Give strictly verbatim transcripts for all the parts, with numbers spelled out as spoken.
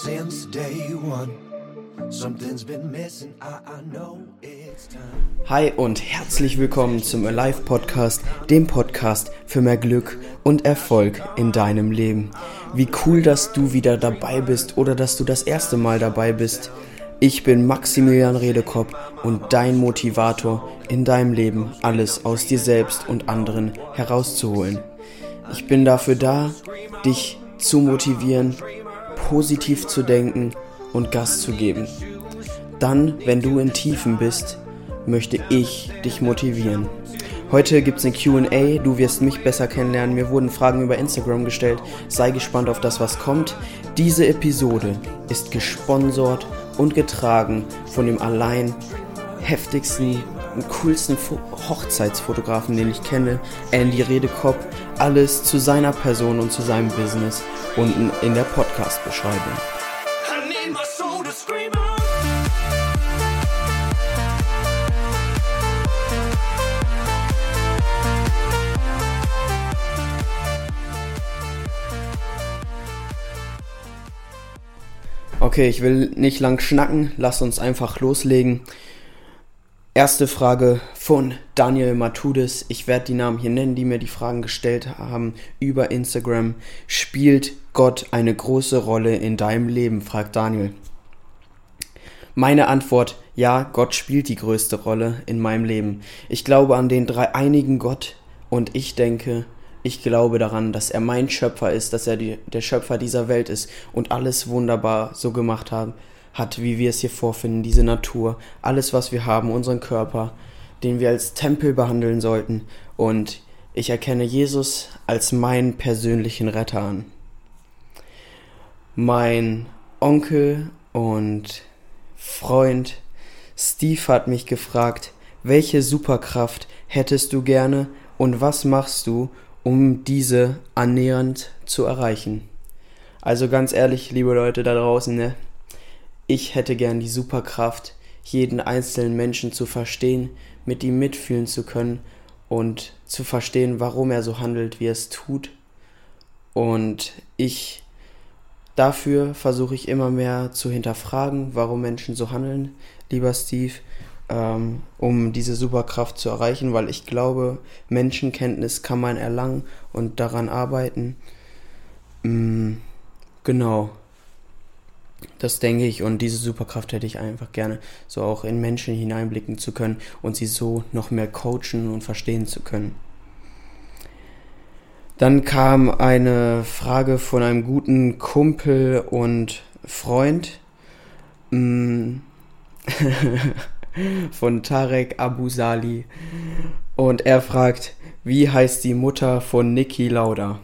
since day one. Something's been missing, I, I know it's time. Hi und herzlich willkommen zum Alive Podcast, dem Podcast für mehr Glück und Erfolg in deinem Leben. Wie cool, dass du wieder dabei bist oder dass du das erste Mal dabei bist. Ich bin Maximilian Redekopp und dein Motivator in deinem Leben, alles aus dir selbst und anderen herauszuholen. Ich bin dafür da, dich zu motivieren, positiv zu denken und Gas zu geben. Dann, wenn du in Tiefen bist, möchte ich dich motivieren. Heute gibt's ein Q and A, du wirst mich besser kennenlernen. Mir wurden Fragen über Instagram gestellt. Sei gespannt auf das, was kommt. Diese Episode ist gesponsert und getragen von dem allein heftigsten und coolsten Fo- Hochzeitsfotografen, den ich kenne, Andy Redekopp. Alles zu seiner Person und zu seinem Business unten in der Podcast-Beschreibung. I need my soul to scream out. Okay, ich will nicht lang schnacken, lass uns einfach loslegen. Erste Frage von Daniel Matudis. Ich werde die Namen hier nennen, die mir die Fragen gestellt haben über Instagram. Spielt Gott eine große Rolle in deinem Leben? Fragt Daniel. Meine Antwort: Ja, Gott spielt die größte Rolle in meinem Leben. Ich glaube an den dreieinigen Gott und ich denke, ich glaube daran, dass er mein Schöpfer ist, dass er die, der Schöpfer dieser Welt ist und alles wunderbar so gemacht hat, hat, wie wir es hier vorfinden, diese Natur, alles, was wir haben, unseren Körper, den wir als Tempel behandeln sollten. Und ich erkenne Jesus als meinen persönlichen Retter an. Mein Onkel und Freund Steve hat mich gefragt, welche Superkraft hättest du gerne und was machst du, um diese annähernd zu erreichen? Also ganz ehrlich, liebe Leute da draußen, ne? Ich hätte gern die Superkraft, jeden einzelnen Menschen zu verstehen, mit ihm mitfühlen zu können und zu verstehen, warum er so handelt, wie er es tut. Und ich, dafür versuche ich immer mehr zu hinterfragen, warum Menschen so handeln, lieber Steve, ähm, um diese Superkraft zu erreichen, weil ich glaube, Menschenkenntnis kann man erlangen und daran arbeiten. Mm, genau. Das denke ich, und diese Superkraft hätte ich einfach gerne, so auch in Menschen hineinblicken zu können und sie so noch mehr coachen und verstehen zu können. Dann kam eine Frage von einem guten Kumpel und Freund von Tarek Abu Sali, und er fragt, wie heißt die Mutter von Niki Lauda?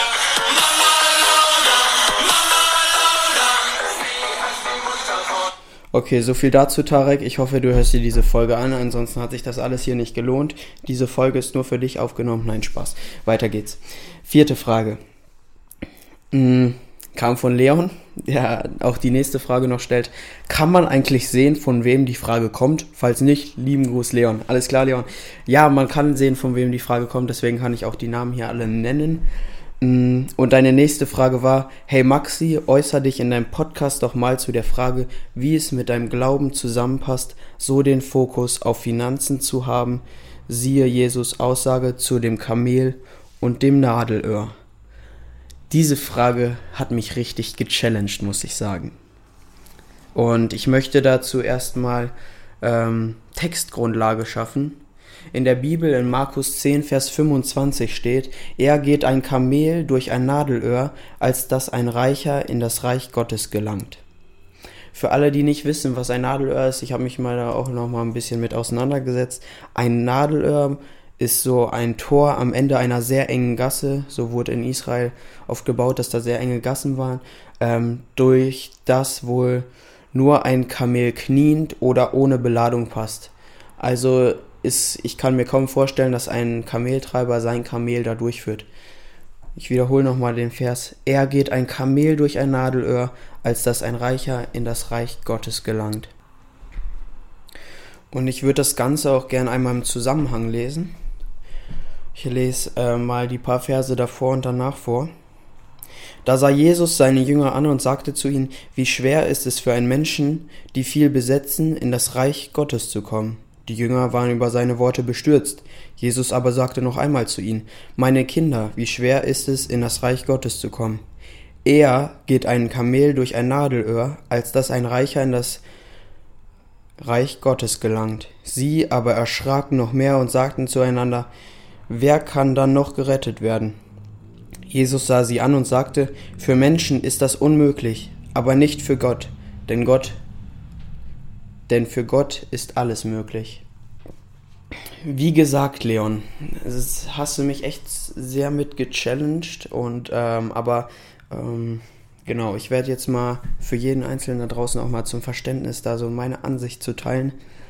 Okay, so viel dazu, Tarek. Ich hoffe, du hörst dir diese Folge an, ansonsten hat sich das alles hier nicht gelohnt. Diese Folge ist nur für dich aufgenommen. Nein, Spaß. Weiter geht's. Vierte Frage. Hm, kam von Leon, der auch die nächste Frage noch stellt. Kann man eigentlich sehen, von wem die Frage kommt? Falls nicht, lieben Gruß, Leon. Alles klar, Leon? Ja, man kann sehen, von wem die Frage kommt, deswegen kann ich auch die Namen hier alle nennen. Und deine nächste Frage war, hey Maxi, äußere dich in deinem Podcast doch mal zu der Frage, wie es mit deinem Glauben zusammenpasst, so den Fokus auf Finanzen zu haben, siehe Jesus Aussage zu dem Kamel und dem Nadelöhr. Diese Frage hat mich richtig gechallenged, muss ich sagen. Und ich möchte dazu erstmal ähm, Textgrundlage schaffen. In der Bibel in Markus zehn, Vers fünfundzwanzig steht, eher geht ein Kamel durch ein Nadelöhr, als dass ein Reicher in das Reich Gottes gelangt. Für alle, die nicht wissen, was ein Nadelöhr ist, ich habe mich mal da auch noch mal ein bisschen mit auseinandergesetzt. Ein Nadelöhr ist so ein Tor am Ende einer sehr engen Gasse, so wurde in Israel oft gebaut, dass da sehr enge Gassen waren, ähm, durch das wohl nur ein Kamel kniend oder ohne Beladung passt. Also ist, ich kann mir kaum vorstellen, dass ein Kameltreiber sein Kamel da durchführt. Ich wiederhole nochmal den Vers. Eher geht ein Kamel durch ein Nadelöhr, als dass ein Reicher in das Reich Gottes gelangt. Und ich würde das Ganze auch gerne einmal im Zusammenhang lesen. Ich lese äh, mal die paar Verse davor und danach vor. Da sah Jesus seine Jünger an und sagte zu ihnen, wie schwer ist es für einen Menschen, die viel besetzen, in das Reich Gottes zu kommen. Die Jünger waren über seine Worte bestürzt. Jesus aber sagte noch einmal zu ihnen, meine Kinder, wie schwer ist es, in das Reich Gottes zu kommen. Eher geht ein Kamel durch ein Nadelöhr, als dass ein Reicher in das Reich Gottes gelangt. Sie aber erschraken noch mehr und sagten zueinander, wer kann dann noch gerettet werden? Jesus sah sie an und sagte, für Menschen ist das unmöglich, aber nicht für Gott, denn Gott, denn für Gott ist alles möglich. Wie gesagt, Leon, es hast du mich echt sehr mit gechallenged und ähm, aber ähm, genau, ich werde jetzt mal für jeden Einzelnen da draußen auch mal zum Verständnis da so meine Ansicht zu teilen.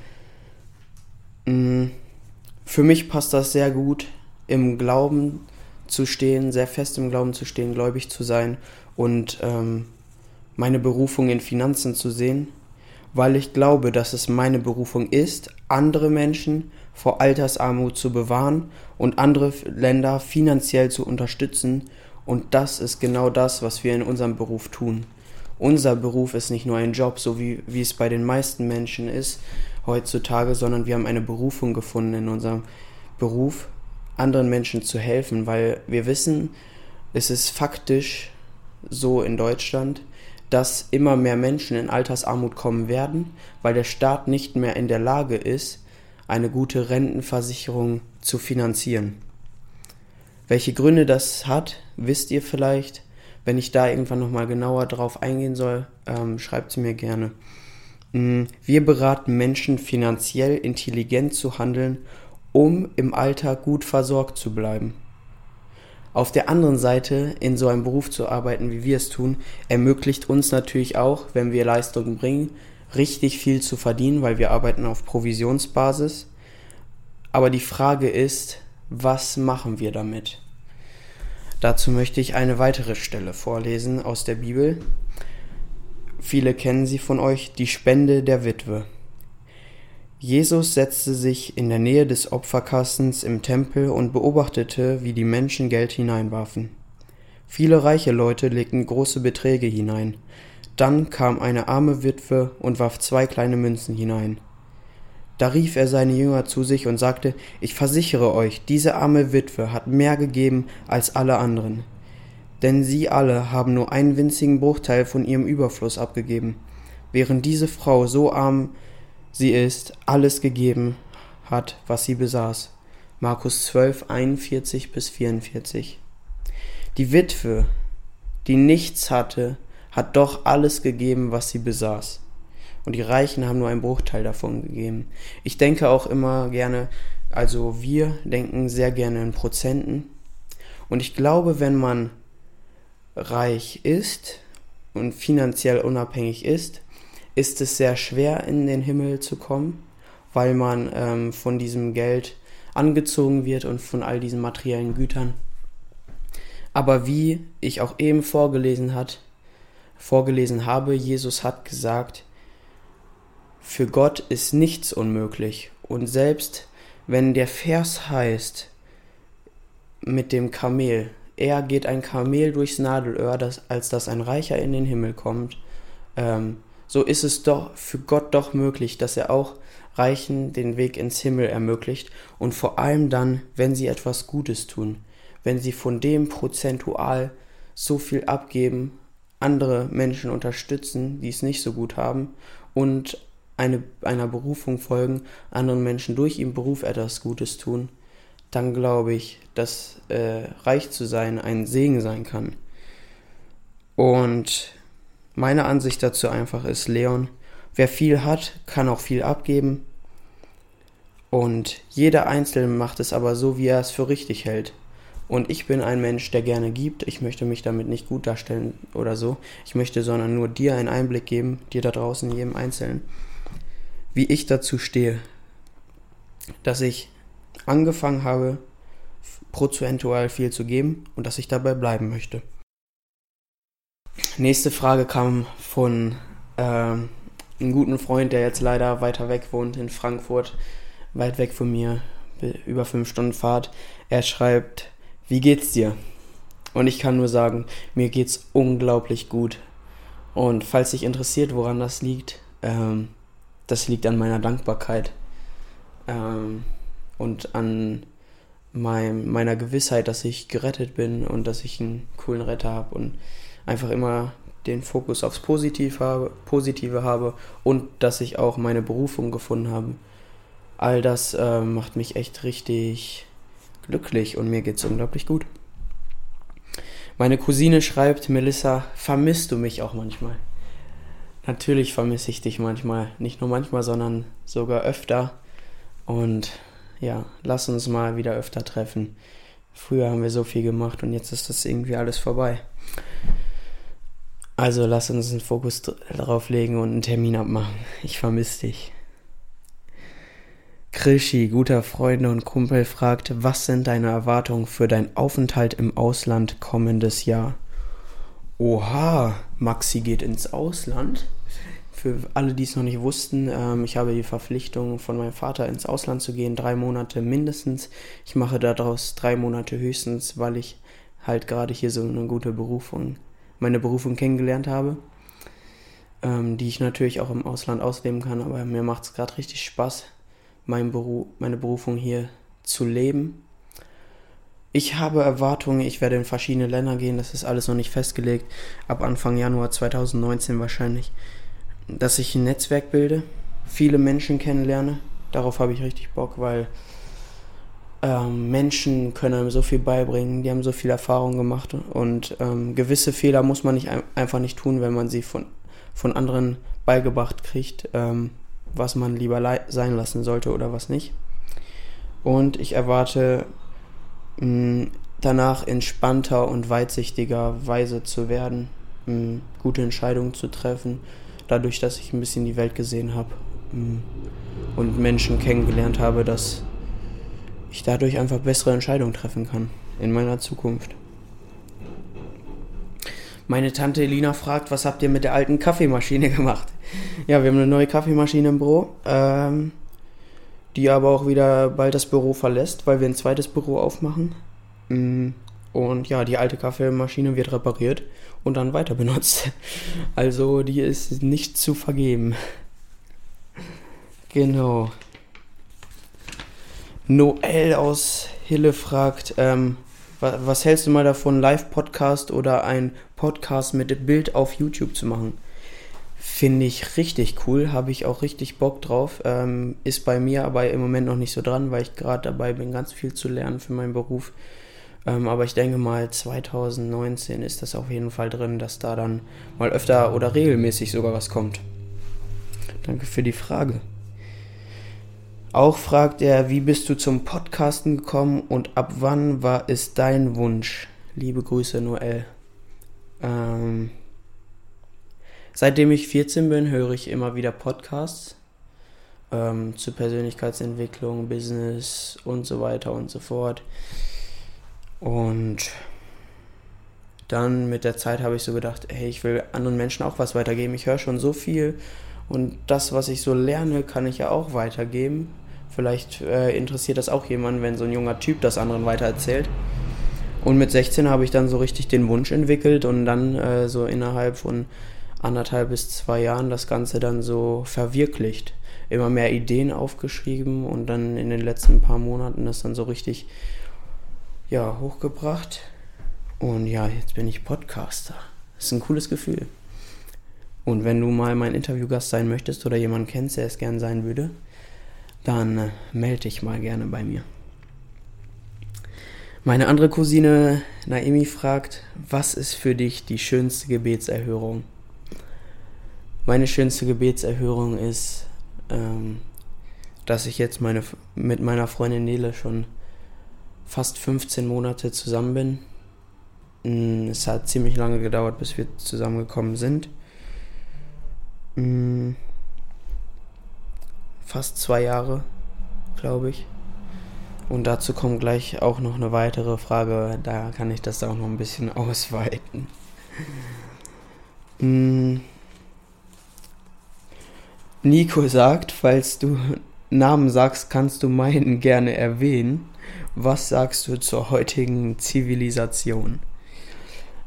Mhm. Für mich passt das sehr gut, im Glauben zu stehen, sehr fest im Glauben zu stehen, gläubig zu sein und ähm, meine Berufung in Finanzen zu sehen, weil ich glaube, dass es meine Berufung ist, andere Menschen vor Altersarmut zu bewahren und andere Länder finanziell zu unterstützen. Und das ist genau das, was wir in unserem Beruf tun. Unser Beruf ist nicht nur ein Job, so wie, wie es bei den meisten Menschen ist heutzutage, sondern wir haben eine Berufung gefunden in unserem Beruf, anderen Menschen zu helfen, weil wir wissen, es ist faktisch so in Deutschland, dass immer mehr Menschen in Altersarmut kommen werden, weil der Staat nicht mehr in der Lage ist, eine gute Rentenversicherung zu finanzieren. Welche Gründe das hat, wisst ihr vielleicht. Wenn ich da irgendwann nochmal genauer drauf eingehen soll, ähm, schreibt es mir gerne. Wir beraten Menschen, finanziell intelligent zu handeln, um im Alter gut versorgt zu bleiben. Auf der anderen Seite, in so einem Beruf zu arbeiten, wie wir es tun, ermöglicht uns natürlich auch, wenn wir Leistungen bringen, richtig viel zu verdienen, weil wir arbeiten auf Provisionsbasis. Aber die Frage ist, was machen wir damit? Dazu möchte ich eine weitere Stelle vorlesen aus der Bibel. Viele kennen sie von euch, die Spende der Witwe. Jesus setzte sich in der Nähe des Opferkastens im Tempel und beobachtete, wie die Menschen Geld hineinwarfen. Viele reiche Leute legten große Beträge hinein. Dann kam eine arme Witwe und warf zwei kleine Münzen hinein. Da rief er seine Jünger zu sich und sagte, ich versichere euch, diese arme Witwe hat mehr gegeben als alle anderen. Denn sie alle haben nur einen winzigen Bruchteil von ihrem Überfluss abgegeben, während diese Frau so arm sie ist, alles gegeben hat, was sie besaß. Markus zwölf, einundvierzig bis vierundvierzig. Die Witwe, die nichts hatte, hat doch alles gegeben, was sie besaß. Und die Reichen haben nur einen Bruchteil davon gegeben. Ich denke auch immer gerne, also wir denken sehr gerne in Prozenten. Und ich glaube, wenn man reich ist und finanziell unabhängig ist, ist es sehr schwer, in den Himmel zu kommen, weil man ähm, von diesem Geld angezogen wird und von all diesen materiellen Gütern. Aber wie ich auch eben vorgelesen hat, vorgelesen habe, Jesus hat gesagt, für Gott ist nichts unmöglich. Und selbst wenn der Vers heißt, mit dem Kamel, eher geht ein Kamel durchs Nadelöhr, das, als dass ein Reicher in den Himmel kommt, ähm, so ist es doch für Gott doch möglich, dass er auch Reichen den Weg ins Himmel ermöglicht und vor allem dann, wenn sie etwas Gutes tun, wenn sie von dem prozentual so viel abgeben, andere Menschen unterstützen, die es nicht so gut haben und eine, einer Berufung folgen, anderen Menschen durch ihren Beruf etwas Gutes tun, dann glaube ich, dass äh, reich zu sein ein Segen sein kann. Und meine Ansicht dazu einfach ist, Leon, wer viel hat, kann auch viel abgeben. Und jeder Einzelne macht es aber so, wie er es für richtig hält. Und ich bin ein Mensch, der gerne gibt. Ich möchte mich damit nicht gut darstellen oder so. Ich möchte sondern nur dir einen Einblick geben, dir da draußen, jedem Einzelnen, wie ich dazu stehe, dass ich angefangen habe, prozentual viel zu geben und dass ich dabei bleiben möchte. Nächste Frage kam von äh, einem guten Freund, der jetzt leider weiter weg wohnt, in Frankfurt, weit weg von mir, über fünf Stunden Fahrt. Er schreibt, wie geht's dir? Und ich kann nur sagen, mir geht's unglaublich gut. Und falls dich interessiert, woran das liegt, ähm, das liegt an meiner Dankbarkeit ähm, und an mein, meiner Gewissheit, dass ich gerettet bin und dass ich einen coolen Retter habe und einfach immer den Fokus aufs Positiv habe, Positive habe und dass ich auch meine Berufung gefunden habe. All das äh, macht mich echt richtig glücklich und mir geht's unglaublich gut. Meine Cousine schreibt, Melissa, vermisst du mich auch manchmal? Natürlich vermisse ich dich manchmal. Nicht nur manchmal, sondern sogar öfter. Und ja, lass uns mal wieder öfter treffen. Früher haben wir so viel gemacht und jetzt ist das irgendwie alles vorbei. Also lass uns einen Fokus drauf legen und einen Termin abmachen. Ich vermisse dich. Krischi, guter Freund und Kumpel, fragt, was sind deine Erwartungen für deinen Aufenthalt im Ausland kommendes Jahr? Oha, Maxi geht ins Ausland. Für alle, die es noch nicht wussten, ähm, ich habe die Verpflichtung von meinem Vater ins Ausland zu gehen, drei Monate mindestens. Ich mache daraus drei Monate höchstens, weil ich halt gerade hier so eine gute Berufung, meine Berufung kennengelernt habe, ähm, die ich natürlich auch im Ausland ausleben kann, aber mir macht es gerade richtig Spaß, mein Beruf, meine Berufung hier zu leben. Ich habe Erwartungen, ich werde in verschiedene Länder gehen, das ist alles noch nicht festgelegt, ab Anfang Januar zwanzig neunzehn wahrscheinlich, dass ich ein Netzwerk bilde, viele Menschen kennenlerne, darauf habe ich richtig Bock, weil ähm, Menschen können einem so viel beibringen, die haben so viel Erfahrung gemacht und ähm, gewisse Fehler muss man nicht ein, einfach nicht tun, wenn man sie von, von anderen beigebracht kriegt, ähm, was man lieber le- sein lassen sollte oder was nicht. Und ich erwarte mh, danach entspannter und weitsichtiger Weise zu werden, mh, gute Entscheidungen zu treffen, dadurch, dass ich ein bisschen die Welt gesehen habe mh, und Menschen kennengelernt habe, dass ich dadurch einfach bessere Entscheidungen treffen kann in meiner Zukunft. Meine Tante Elina fragt, was habt ihr mit der alten Kaffeemaschine gemacht? Ja, wir haben eine neue Kaffeemaschine im Büro, ähm, die aber auch wieder bald das Büro verlässt, weil wir ein zweites Büro aufmachen. Und ja, die alte Kaffeemaschine wird repariert und dann weiter benutzt. Also die ist nicht zu vergeben. Genau. Noel aus Hille fragt, ähm, was hältst du mal davon, Live-Podcast oder ein Podcast mit Bild auf YouTube zu machen? Finde ich richtig cool, habe ich auch richtig Bock drauf. Ähm, ist bei mir aber im Moment noch nicht so dran, weil ich gerade dabei bin, ganz viel zu lernen für meinen Beruf. Ähm, aber ich denke mal, zwanzig neunzehn ist das auf jeden Fall drin, dass da dann mal öfter oder regelmäßig sogar was kommt. Danke für die Frage. Auch fragt er, wie bist du zum Podcasten gekommen und ab wann war es dein Wunsch? Liebe Grüße, Noel. Ähm, seitdem ich vierzehn bin, höre ich immer wieder Podcasts ähm, zu Persönlichkeitsentwicklung, Business und so weiter und so fort. Und dann mit der Zeit habe ich so gedacht, hey, ich will anderen Menschen auch was weitergeben. Ich höre schon so viel und das, was ich so lerne, kann ich ja auch weitergeben. Vielleicht äh, interessiert das auch jemanden, wenn so ein junger Typ das anderen weitererzählt. Und mit sechzehn habe ich dann so richtig den Wunsch entwickelt und dann äh, so innerhalb von anderthalb bis zwei Jahren das Ganze dann so verwirklicht. Immer mehr Ideen aufgeschrieben und dann in den letzten paar Monaten das dann so richtig ja, hochgebracht. Und ja, jetzt bin ich Podcaster. Das ist ein cooles Gefühl. Und wenn du mal mein Interviewgast sein möchtest oder jemanden kennst, der es gern sein würde, dann äh, melde dich mal gerne bei mir. Meine andere Cousine Naomi fragt, was ist für dich die schönste Gebetserhörung? Meine schönste Gebetserhörung ist, ähm, dass ich jetzt meine, mit meiner Freundin Nele schon fast fünfzehn Monate zusammen bin. Es hat ziemlich lange gedauert, bis wir zusammengekommen sind. Fast zwei Jahre, glaube ich. Und dazu kommt gleich auch noch eine weitere Frage, da kann ich das auch noch ein bisschen ausweiten. Nico sagt, falls du Namen sagst, kannst du meinen gerne erwähnen. Was sagst du zur heutigen Zivilisation?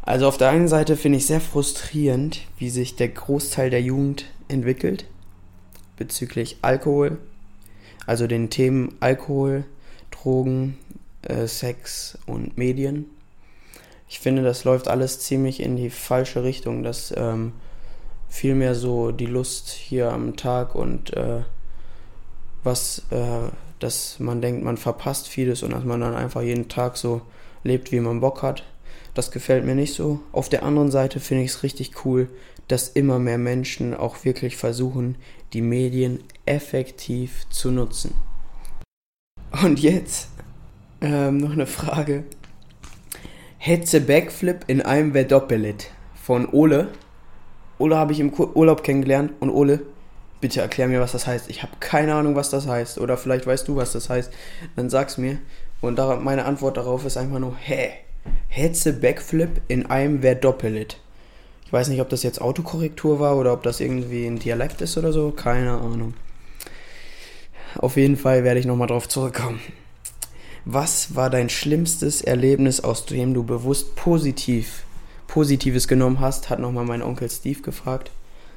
Also auf der einen Seite finde ich sehr frustrierend, wie sich der Großteil der Jugend entwickelt bezüglich Alkohol, also den Themen Alkohol, Drogen, äh, Sex und Medien. Ich finde, das läuft alles ziemlich in die falsche Richtung, dass ähm, viel mehr so die Lust hier am Tag und äh, was, äh, dass man denkt, man verpasst vieles und dass man dann einfach jeden Tag so lebt, wie man Bock hat. Das gefällt mir nicht so. Auf der anderen Seite finde ich es richtig cool, dass immer mehr Menschen auch wirklich versuchen, die Medien effektiv zu nutzen. Und jetzt ähm, noch eine Frage. Hetze Backflip in einem wär Doppelit von Ole. Ole habe ich im Urlaub kennengelernt und Ole, bitte erklär mir, was das heißt. Ich habe keine Ahnung, was das heißt. Oder vielleicht weißt du, was das heißt. Dann sag's mir. Und da, meine Antwort darauf ist einfach nur, hä? Hetze Backflip in einem wär Doppelit. Ich weiß nicht, ob das jetzt Autokorrektur war oder ob das irgendwie ein Dialekt ist oder so. Keine Ahnung. Auf jeden Fall werde ich nochmal drauf zurückkommen. Was war dein schlimmstes Erlebnis, aus dem du bewusst positiv, Positives genommen hast? Hat nochmal mein Onkel Steve gefragt.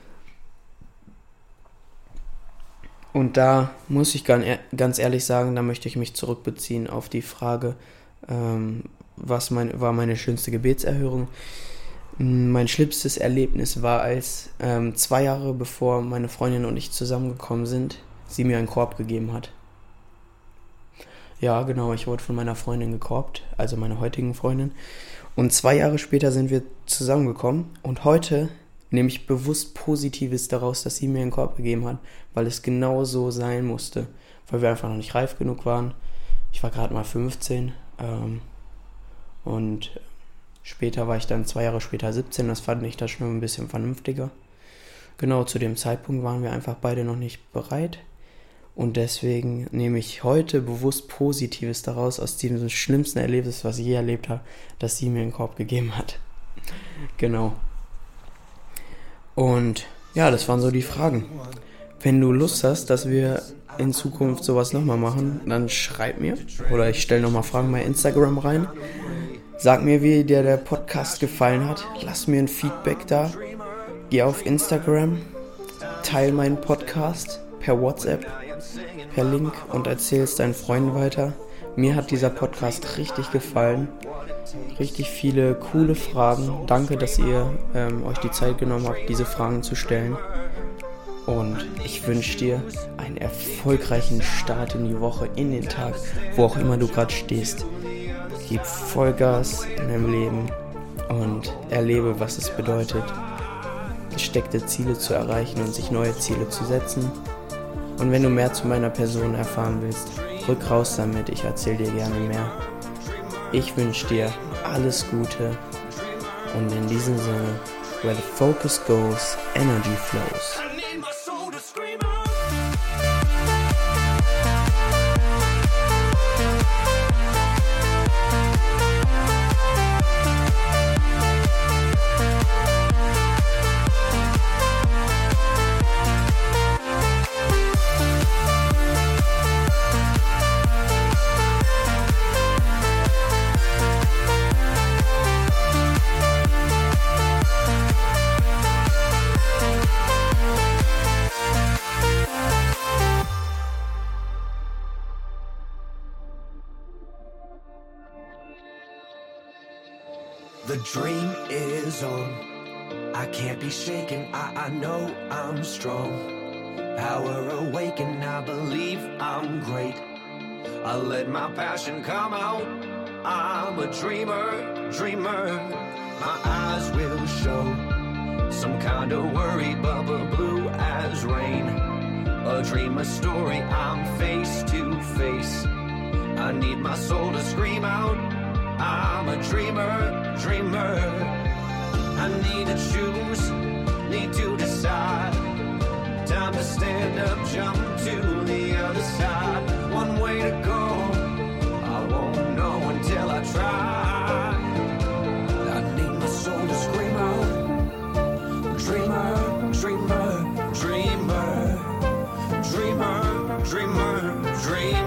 Und da muss ich ganz ehrlich sagen, da möchte ich mich zurückbeziehen auf die Frage, ähm, was mein, war meine schönste Gebetserhörung. Mein schlimmstes Erlebnis war, als ähm, zwei Jahre bevor meine Freundin und ich zusammengekommen sind, sie mir einen Korb gegeben hat. Ja, genau, ich wurde von meiner Freundin gekorbt, also meiner heutigen Freundin. Und zwei Jahre später sind wir zusammengekommen und heute nehme ich bewusst Positives daraus, dass sie mir einen Korb gegeben hat, weil es genau so sein musste, weil wir einfach noch nicht reif genug waren. Ich war gerade mal fünfzehn ähm, und später war ich dann zwei Jahre später siebzehn, das fand ich da schon ein bisschen vernünftiger. Genau, zu dem Zeitpunkt waren wir einfach beide noch nicht bereit. Und deswegen nehme ich heute bewusst Positives daraus, aus diesem schlimmsten Erlebnis, was ich je erlebt habe, dass sie mir einen Korb gegeben hat. Genau. Und ja, das waren so die Fragen. Wenn du Lust hast, dass wir in Zukunft sowas nochmal machen, dann schreib mir. Oder ich stelle nochmal Fragen bei Instagram rein. Sag mir, wie dir der Podcast gefallen hat. Lass mir ein Feedback da. Geh auf Instagram. Teil meinen Podcast per WhatsApp, per Link und erzähl es deinen Freunden weiter. Mir hat dieser Podcast richtig gefallen. Richtig viele coole Fragen. Danke, dass ihr ähm, euch die Zeit genommen habt, diese Fragen zu stellen. Und ich wünsche dir einen erfolgreichen Start in die Woche, in den Tag, wo auch immer du gerade stehst. Gib Vollgas in deinem Leben und erlebe, was es bedeutet, gesteckte Ziele zu erreichen und sich neue Ziele zu setzen. Und wenn du mehr zu meiner Person erfahren willst, rück raus damit, ich erzähle dir gerne mehr. Ich wünsche dir alles Gute und in diesem Sinne, where the focus goes, energy flows. The dream is on. I can't be shaken. I, I know I'm strong. Power awaken. I believe I'm great. I let my passion come out. I'm a dreamer, dreamer. My eyes will show some kind of worry, bubble blue as rain. A dream, a story. I'm face to face. I need my soul to scream out. I'm a dreamer, dreamer. I need to choose, need to decide. Time to stand up, jump to the other side. One way to go, I won't know until I try. I need my soul to scream out. Dreamer, dreamer, dreamer. Dreamer, dreamer, dreamer.